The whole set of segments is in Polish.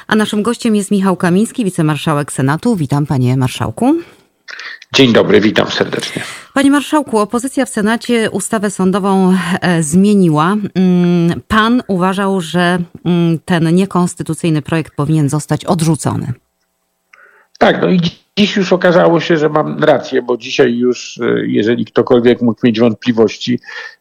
A naszym gościem jest Michał Kamiński, wicemarszałek Senatu. Witam, panie marszałku. Dzień dobry, witam serdecznie. Panie marszałku, opozycja w Senacie ustawę sądową zmieniła. Pan uważał, że ten niekonstytucyjny projekt powinien zostać odrzucony. Tak, no i dziś już okazało się, że mam rację, bo dzisiaj już, jeżeli ktokolwiek mógł mieć wątpliwości,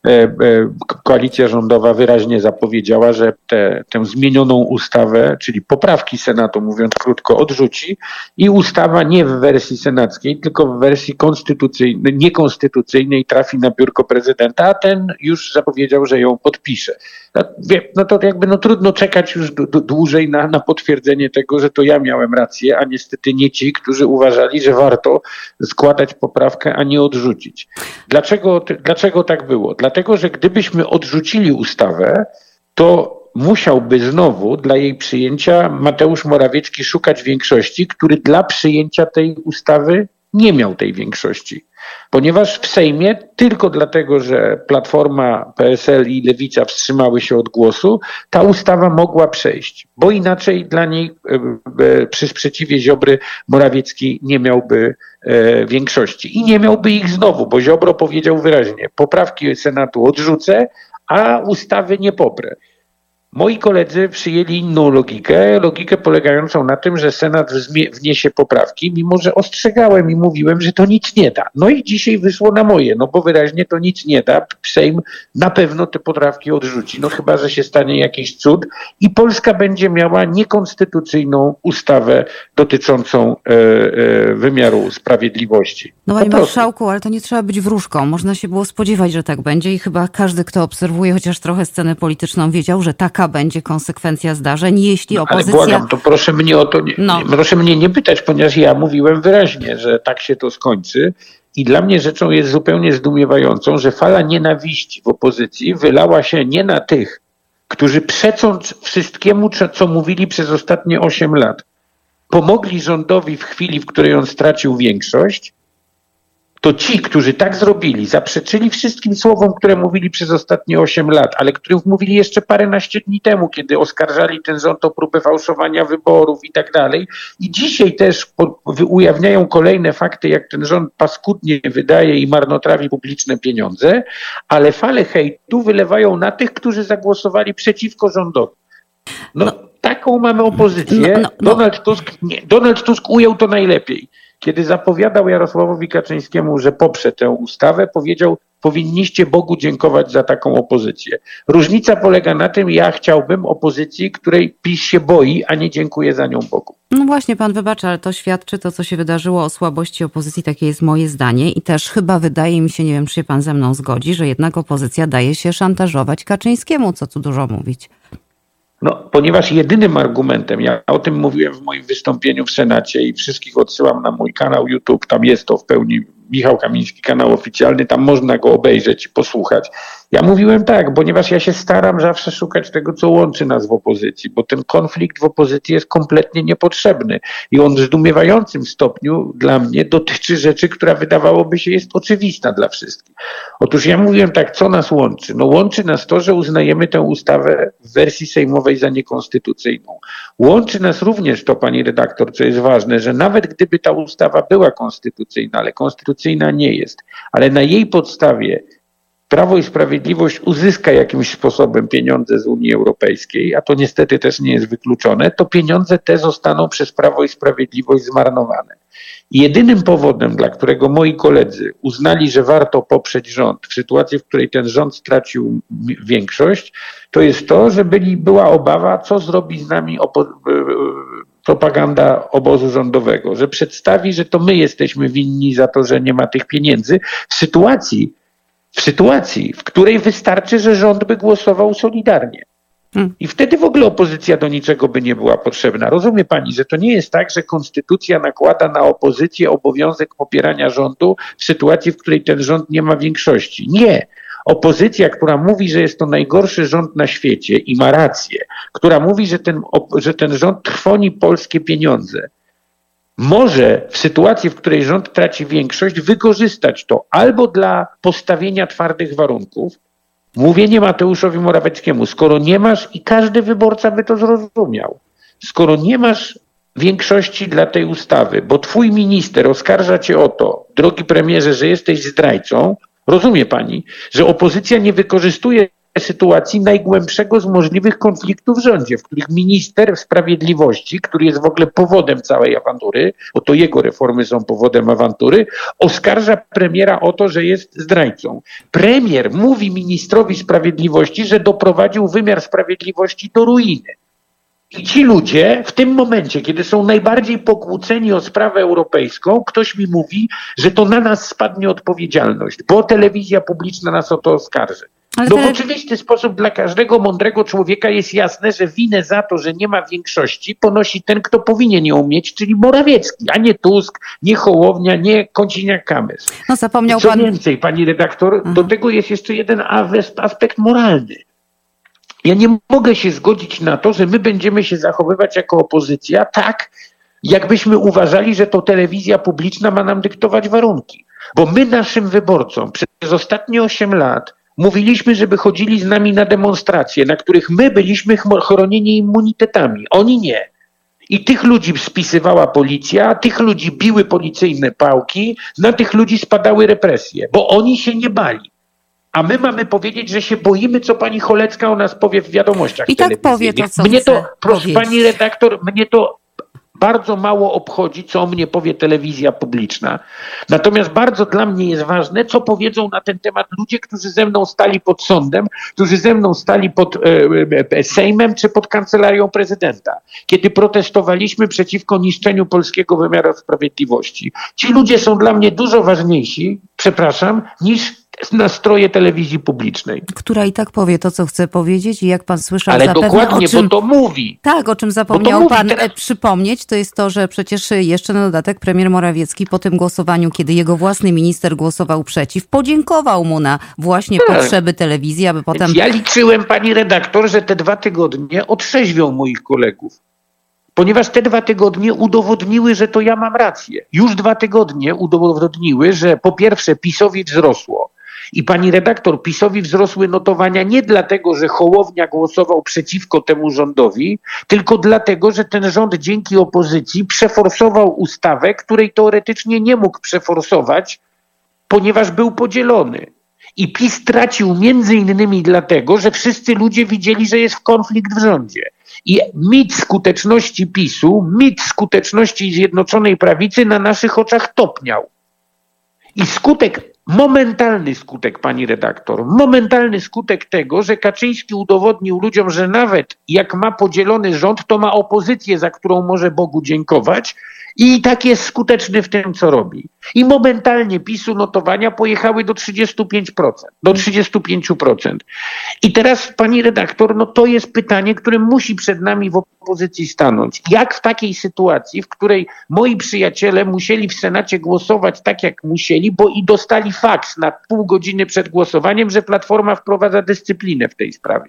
koalicja rządowa wyraźnie zapowiedziała, że tę zmienioną ustawę, czyli poprawki Senatu, mówiąc krótko, odrzuci i ustawa nie w wersji senackiej, tylko w wersji niekonstytucyjnej trafi na biurko prezydenta, a ten już zapowiedział, że ją podpisze. No to jakby trudno czekać już dłużej na potwierdzenie tego, że to ja miałem rację, a niestety nie ci, którzy uważali, że warto składać poprawkę, a nie odrzucić. Dlaczego tak było? Dlatego, że gdybyśmy odrzucili ustawę, to musiałby znowu dla jej przyjęcia Mateusz Morawiecki szukać większości, który dla przyjęcia tej ustawy nie miał tej większości. Ponieważ w Sejmie tylko dlatego, że Platforma, PSL i Lewica wstrzymały się od głosu, ta ustawa mogła przejść, bo inaczej dla niej przy sprzeciwie Ziobry Morawiecki nie miałby większości. I nie miałby ich znowu, bo Ziobro powiedział wyraźnie, poprawki Senatu odrzucę, a ustawy nie poprę. Moi koledzy przyjęli inną logikę polegającą na tym, że Senat wniesie poprawki, mimo że ostrzegałem i mówiłem, że to nic nie da. No i dzisiaj wyszło na moje, bo wyraźnie to nic nie da. Sejm na pewno te poprawki odrzuci, chyba że się stanie jakiś cud i Polska będzie miała niekonstytucyjną ustawę dotyczącą wymiaru sprawiedliwości. Panie marszałku, ale to nie trzeba być wróżką. Można się było spodziewać, że tak będzie i chyba każdy, kto obserwuje chociaż trochę scenę polityczną, wiedział, że taka będzie konsekwencja zdarzeń, jeśli opozycja... Ale błagam, to proszę mnie o to proszę mnie nie pytać, ponieważ ja mówiłem wyraźnie, że tak się to skończy i dla mnie rzeczą jest zupełnie zdumiewającą, że fala nienawiści w opozycji wylała się nie na tych, którzy przecząc wszystkiemu, co mówili przez ostatnie 8 lat, pomogli rządowi w chwili, w której on stracił większość, to ci, którzy tak zrobili, zaprzeczyli wszystkim słowom, które mówili przez ostatnie 8 lat, ale których mówili jeszcze paręnaście dni temu, kiedy oskarżali ten rząd o próbę fałszowania wyborów i tak dalej. I dzisiaj też ujawniają kolejne fakty, jak ten rząd paskudnie wydaje i marnotrawi publiczne pieniądze, ale falę hejtu wylewają na tych, którzy zagłosowali przeciwko rządowi. Taką mamy opozycję. Donald Tusk ujął to najlepiej. Kiedy zapowiadał Jarosławowi Kaczyńskiemu, że poprze tę ustawę, powiedział, powinniście Bogu dziękować za taką opozycję. Różnica polega na tym, ja chciałbym opozycji, której PiS się boi, a nie dziękuję za nią Bogu. No właśnie, pan wybacza, ale to świadczy to, co się wydarzyło, o słabości opozycji. Takie jest moje zdanie i też chyba wydaje mi się, nie wiem, czy się pan ze mną zgodzi, że jednak opozycja daje się szantażować Kaczyńskiemu, co tu dużo mówić. Ponieważ jedynym argumentem, ja o tym mówiłem w moim wystąpieniu w Senacie i wszystkich odsyłam na mój kanał YouTube, tam jest to w pełni Michał Kamiński, kanał oficjalny, tam można go obejrzeć i posłuchać. Ja mówiłem tak, ponieważ ja się staram zawsze szukać tego, co łączy nas w opozycji, bo ten konflikt w opozycji jest kompletnie niepotrzebny i on w zdumiewającym stopniu dla mnie dotyczy rzeczy, która wydawałoby się jest oczywista dla wszystkich. Otóż ja mówiłem tak, co nas łączy? Łączy nas to, że uznajemy tę ustawę w wersji sejmowej za niekonstytucyjną. Łączy nas również to, pani redaktor, co jest ważne, że nawet gdyby ta ustawa była konstytucyjna, ale konstytucyjna nie jest, ale na jej podstawie Prawo i Sprawiedliwość uzyska jakimś sposobem pieniądze z Unii Europejskiej, a to niestety też nie jest wykluczone, to pieniądze te zostaną przez Prawo i Sprawiedliwość zmarnowane. I jedynym powodem, dla którego moi koledzy uznali, że warto poprzeć rząd w sytuacji, w której ten rząd stracił większość, to jest to, że była obawa, co zrobi z nami propaganda obozu rządowego, że przedstawi, że to my jesteśmy winni za to, że nie ma tych pieniędzy w sytuacji, w której wystarczy, że rząd by głosował solidarnie. I wtedy w ogóle opozycja do niczego by nie była potrzebna. Rozumie pani, że to nie jest tak, że konstytucja nakłada na opozycję obowiązek popierania rządu w sytuacji, w której ten rząd nie ma większości. Nie. Opozycja, która mówi, że jest to najgorszy rząd na świecie i ma rację, która mówi, że ten rząd trwoni polskie pieniądze, może w sytuacji, w której rząd traci większość, wykorzystać to albo dla postawienia twardych warunków, mówienie Mateuszowi Morawieckiemu, skoro nie masz i każdy wyborca by to zrozumiał, skoro nie masz większości dla tej ustawy, bo twój minister oskarża cię o to, drogi premierze, że jesteś zdrajcą, rozumie pani, że opozycja nie wykorzystuje sytuacji najgłębszego z możliwych konfliktów w rządzie, w których minister sprawiedliwości, który jest w ogóle powodem całej awantury, bo to jego reformy są powodem awantury, oskarża premiera o to, że jest zdrajcą. Premier mówi ministrowi sprawiedliwości, że doprowadził wymiar sprawiedliwości do ruiny. I ci ludzie w tym momencie, kiedy są najbardziej pokłóceni o sprawę europejską, ktoś mi mówi, że to na nas spadnie odpowiedzialność, bo telewizja publiczna nas o to oskarży. No w oczywisty sposób dla każdego mądrego człowieka jest jasne, że winę za to, że nie ma większości, ponosi ten, kto powinien ją mieć, czyli Morawiecki, a nie Tusk, nie Hołownia, nie Kosiniak-Kamysz. No zapomniał Co pan... więcej, pani redaktor, do tego jest jeszcze jeden aspekt moralny. Ja nie mogę się zgodzić na to, że my będziemy się zachowywać jako opozycja tak, jakbyśmy uważali, że to telewizja publiczna ma nam dyktować warunki. Bo my naszym wyborcom przez ostatnie 8 lat mówiliśmy, żeby chodzili z nami na demonstracje, na których my byliśmy chronieni immunitetami, oni nie. I tych ludzi spisywała policja, tych ludzi biły policyjne pałki, na tych ludzi spadały represje, bo oni się nie bali. A my mamy powiedzieć, że się boimy, co pani Cholecka o nas powie w wiadomościach i tak powie to, co mnie chce to, proszę powiedzieć. pani redaktor, mnie to bardzo mało obchodzi, co o mnie powie telewizja publiczna. Natomiast bardzo dla mnie jest ważne, co powiedzą na ten temat ludzie, którzy ze mną stali pod sądem, którzy ze mną stali pod Sejmem czy pod Kancelarią Prezydenta, kiedy protestowaliśmy przeciwko niszczeniu polskiego wymiaru sprawiedliwości. Ci ludzie są dla mnie dużo ważniejsi, przepraszam, niż nastroje telewizji publicznej. Która i tak powie to, co chce powiedzieć i jak pan słyszał ale zapewne dokładnie, o czym... bo to mówi. Tak, o czym zapomniał mówi pan teraz... przypomnieć, to jest to, że przecież jeszcze na dodatek premier Morawiecki po tym głosowaniu, kiedy jego własny minister głosował przeciw, podziękował mu na właśnie potrzeby telewizji, aby potem... Ja liczyłem, pani redaktor, że te 2 tygodnie otrzeźwią moich kolegów. Ponieważ te 2 tygodnie udowodniły, że to ja mam rację. Już 2 tygodnie udowodniły, że po pierwsze PiS-owi wzrosło. I pani redaktor, PiS-owi wzrosły notowania nie dlatego, że Hołownia głosował przeciwko temu rządowi, tylko dlatego, że ten rząd dzięki opozycji przeforsował ustawę, której teoretycznie nie mógł przeforsować, ponieważ był podzielony. I PiS tracił między innymi dlatego, że wszyscy ludzie widzieli, że jest konflikt w rządzie. I mit skuteczności PiS-u, mit skuteczności Zjednoczonej Prawicy na naszych oczach topniał. I momentalny skutek, pani redaktor, momentalny skutek tego, że Kaczyński udowodnił ludziom, że nawet jak ma podzielony rząd, to ma opozycję, za którą może Bogu dziękować i tak jest skuteczny w tym, co robi. I momentalnie PiS-u notowania pojechały do 35%, do 35%. I teraz, pani redaktor, no to jest pytanie, które musi przed nami w opozycji stanąć. Jak w takiej sytuacji, w której moi przyjaciele musieli w Senacie głosować tak, jak musieli, bo i dostali faks na pół godziny przed głosowaniem, że Platforma wprowadza dyscyplinę w tej sprawie.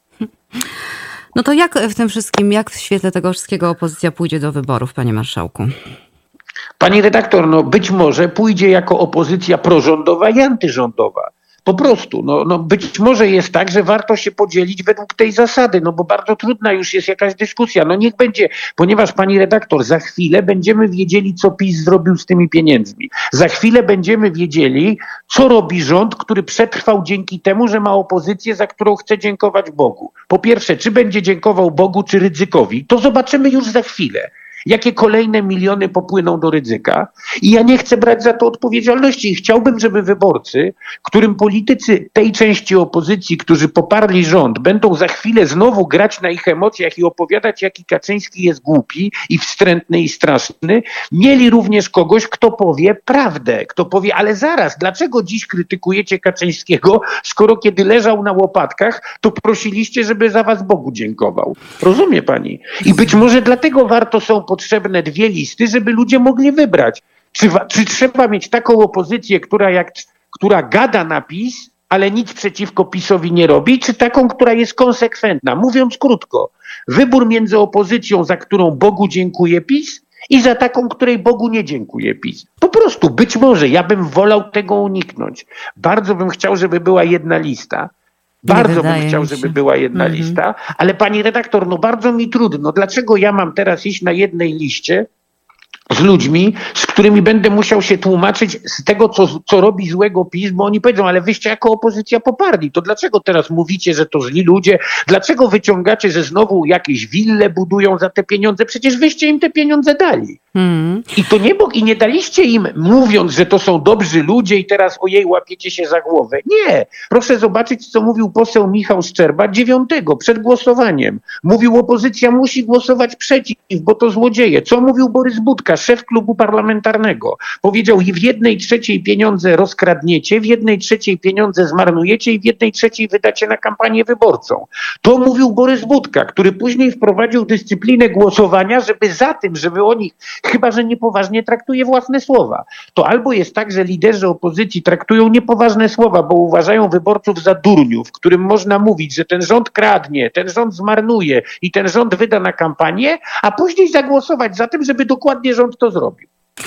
No to jak w tym wszystkim, jak w świetle tego wszystkiego opozycja pójdzie do wyborów, panie marszałku? Pani redaktor, no być może pójdzie jako opozycja prorządowa i antyrządowa. Po prostu, być może jest tak, że warto się podzielić według tej zasady, no bo bardzo trudna już jest jakaś dyskusja. No niech będzie, ponieważ pani redaktor, za chwilę będziemy wiedzieli, co PiS zrobił z tymi pieniędzmi. Za chwilę będziemy wiedzieli, co robi rząd, który przetrwał dzięki temu, że ma opozycję, za którą chce dziękować Bogu. Po pierwsze, czy będzie dziękował Bogu, czy Rydzykowi, to zobaczymy już za chwilę. Jakie kolejne miliony popłyną do Rydzyka i ja nie chcę brać za to odpowiedzialności i chciałbym, żeby wyborcy, którym politycy tej części opozycji, którzy poparli rząd, będą za chwilę znowu grać na ich emocjach i opowiadać, jaki Kaczyński jest głupi i wstrętny i straszny, mieli również kogoś, kto powie prawdę, kto powie, ale zaraz, dlaczego dziś krytykujecie Kaczyńskiego, skoro kiedy leżał na łopatkach, to prosiliście, żeby za was Bogu dziękował. Rozumie pani? I być może dlatego są potrzebne 2 listy, żeby ludzie mogli wybrać. Czy trzeba mieć taką opozycję, która gada na PiS, ale nic przeciwko PiS-owi nie robi, czy taką, która jest konsekwentna? Mówiąc krótko, wybór między opozycją, za którą Bogu dziękuję PiS, i za taką, której Bogu nie dziękuję PiS. Po prostu, być może, ja bym wolał tego uniknąć. Bardzo bym chciał, żeby była jedna lista. Bardzo bym chciał, żeby była jedna lista, ale pani redaktor, no bardzo mi trudno. Dlaczego ja mam teraz iść na jednej liście z ludźmi, z którymi będę musiał się tłumaczyć z tego, co robi złego PiS, bo oni powiedzą, ale wyście jako opozycja poparli, to dlaczego teraz mówicie, że to źli ludzie? Dlaczego wyciągacie, że znowu jakieś wille budują za te pieniądze? Przecież wyście im te pieniądze dali. I nie daliście im, mówiąc, że to są dobrzy ludzie i teraz ojej, łapiecie się za głowę. Nie. Proszę zobaczyć, co mówił poseł Michał Szczerba 9 przed głosowaniem. Mówił, opozycja musi głosować przeciw, bo to złodzieje. Co mówił Borys Budka, szef klubu parlamentarnego? Powiedział, w 1/3 pieniądze rozkradniecie, w 1/3 pieniądze zmarnujecie i w 1/3 wydacie na kampanię wyborcą. To mówił Borys Budka, który później wprowadził dyscyplinę głosowania, żeby o nich, chyba że niepoważnie traktuje własne słowa. To albo jest tak, że liderzy opozycji traktują niepoważne słowa, bo uważają wyborców za durniów, którym można mówić, że ten rząd kradnie, ten rząd zmarnuje i ten rząd wyda na kampanię, a później zagłosować za tym, żeby dokładnie rząd to zrobił.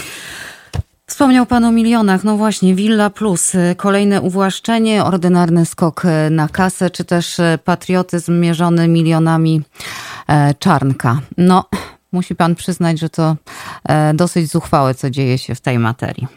Wspomniał pan o milionach. No właśnie, Villa Plus, kolejne uwłaszczenie, ordynarny skok na kasę, czy też patriotyzm mierzony milionami Czarnka. No, musi pan przyznać, że to dosyć zuchwałe, co dzieje się w tej materii.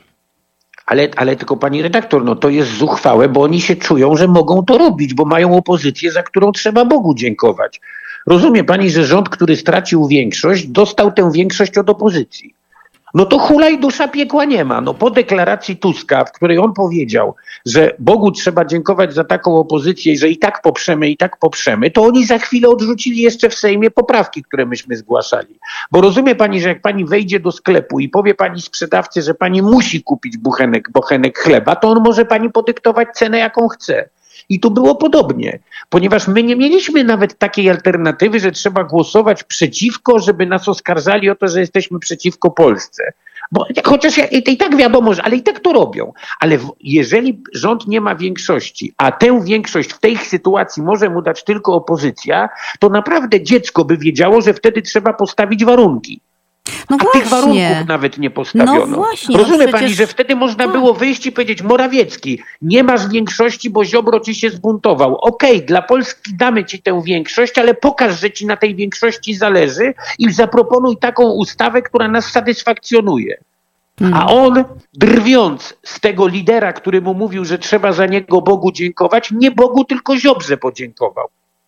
Ale tylko pani redaktor, no to jest zuchwałe, bo oni się czują, że mogą to robić, bo mają opozycję, za którą trzeba Bogu dziękować. Rozumie pani, że rząd, który stracił większość, dostał tę większość od opozycji. No to hulaj dusza, piekła nie ma. No po deklaracji Tuska, w której on powiedział, że Bogu trzeba dziękować za taką opozycję i że i tak poprzemy, to oni za chwilę odrzucili jeszcze w Sejmie poprawki, które myśmy zgłaszali. Bo rozumie pani, że jak pani wejdzie do sklepu i powie pani sprzedawcy, że pani musi kupić bochenek chleba, to on może pani podyktować cenę, jaką chce. I tu było podobnie, ponieważ my nie mieliśmy nawet takiej alternatywy, że trzeba głosować przeciwko, żeby nas oskarżali o to, że jesteśmy przeciwko Polsce. Bo chociaż i tak wiadomo, ale i tak to robią. Ale jeżeli rząd nie ma większości, a tę większość w tej sytuacji może mu dać tylko opozycja, to naprawdę dziecko by wiedziało, że wtedy trzeba postawić warunki. No a właśnie. Tych warunków nawet nie postawiono. No właśnie, Rozumie pani, że wtedy można było wyjść i powiedzieć, Morawiecki, nie masz większości, bo Ziobro ci się zbuntował. Okej, dla Polski damy ci tę większość, ale pokaż, że ci na tej większości zależy i zaproponuj taką ustawę, która nas satysfakcjonuje. A on, drwiąc z tego lidera, który mu mówił, że trzeba za niego Bogu dziękować, nie Bogu, tylko Ziobrze podziękował.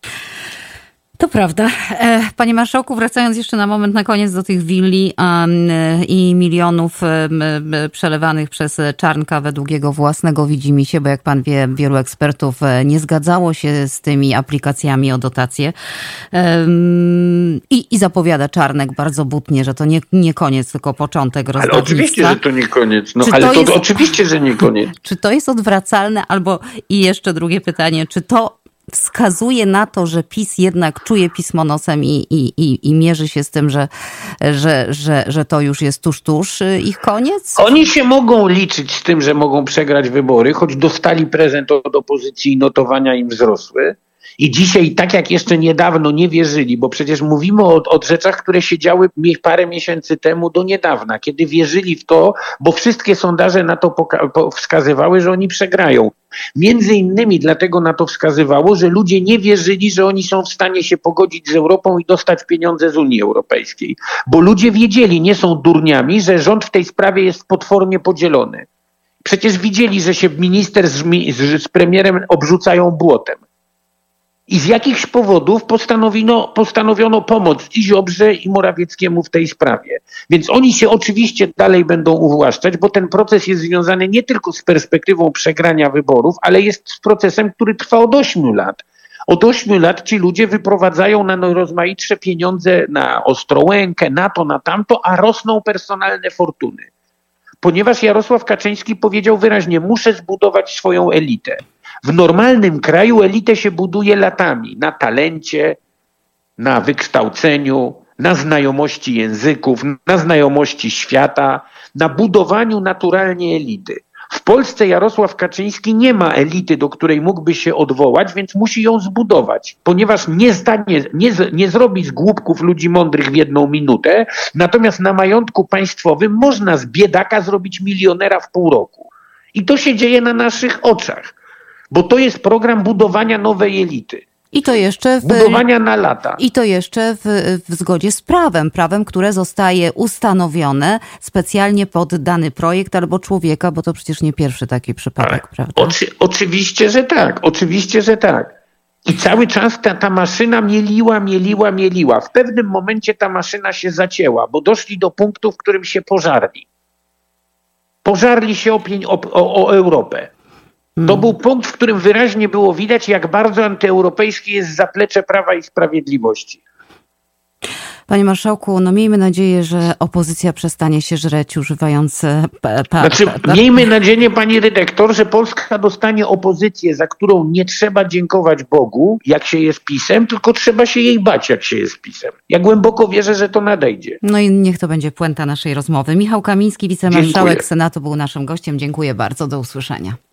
To prawda. Panie marszałku, wracając jeszcze na moment na koniec do tych willi i milionów przelewanych przez Czarnka według jego własnego widzimisię, bo jak pan wie, wielu ekspertów nie zgadzało się z tymi aplikacjami o dotacje i zapowiada Czarnek bardzo butnie, że to nie koniec, tylko początek rozdawnictwa. Ale oczywiście, że to nie koniec. No, ale to oczywiście, że nie koniec. Czy to jest odwracalne? Albo i jeszcze drugie pytanie, czy to wskazuje na to, że PiS jednak czuje pismo nosem i mierzy się z tym, że to już jest tuż ich koniec? Oni się mogą liczyć z tym, że mogą przegrać wybory, choć dostali prezent od opozycji i notowania im wzrosły. I dzisiaj, tak jak jeszcze niedawno nie wierzyli, bo przecież mówimy o rzeczach, które się działy parę miesięcy temu do niedawna, kiedy wierzyli w to, bo wszystkie sondaże na to wskazywały, że oni przegrają. Między innymi dlatego na to wskazywało, że ludzie nie wierzyli, że oni są w stanie się pogodzić z Europą i dostać pieniądze z Unii Europejskiej. Bo ludzie wiedzieli, nie są durniami, że rząd w tej sprawie jest potwornie podzielony. Przecież widzieli, że się minister z premierem obrzucają błotem. I z jakichś powodów postanowiono pomóc i Ziobrze, i Morawieckiemu w tej sprawie. Więc oni się oczywiście dalej będą uwłaszczać, bo ten proces jest związany nie tylko z perspektywą przegrania wyborów, ale jest z procesem, który trwa od 8 lat. Od 8 lat ci ludzie wyprowadzają na najrozmaitsze pieniądze na Ostrołękę, na to, na tamto, a rosną personalne fortuny. Ponieważ Jarosław Kaczyński powiedział wyraźnie, muszę zbudować swoją elitę. W normalnym kraju elitę się buduje latami, na talencie, na wykształceniu, na znajomości języków, na znajomości świata, na budowaniu naturalnie elity. W Polsce Jarosław Kaczyński nie ma elity, do której mógłby się odwołać, więc musi ją zbudować, ponieważ nie zrobi z głupków ludzi mądrych w 1 minutę, natomiast na majątku państwowym można z biedaka zrobić milionera w pół roku. I to się dzieje na naszych oczach. bo to jest program budowania nowej elity. I to jeszcze budowania na lata. I to jeszcze w zgodzie z prawem, które zostaje ustanowione specjalnie pod dany projekt albo człowieka, bo to przecież nie pierwszy taki przypadek, prawda? Oczywiście, że tak. I cały czas ta maszyna mieliła. W pewnym momencie ta maszyna się zacięła, bo doszli do punktu, w którym się pożarli. Pożarli się o Europę. To był punkt, w którym wyraźnie było widać, jak bardzo antyeuropejskie jest zaplecze Prawa i Sprawiedliwości. Panie marszałku, no miejmy nadzieję, że opozycja przestanie się żreć, używając... Miejmy nadzieję, pani redaktor, że Polska dostanie opozycję, za którą nie trzeba dziękować Bogu, jak się jest PiS-em, tylko trzeba się jej bać, jak się jest PiS-em. Ja głęboko wierzę, że to nadejdzie. No i niech to będzie puenta naszej rozmowy. Michał Kamiński, wicemarszałek Senatu, był naszym gościem. Dziękuję bardzo. Do usłyszenia.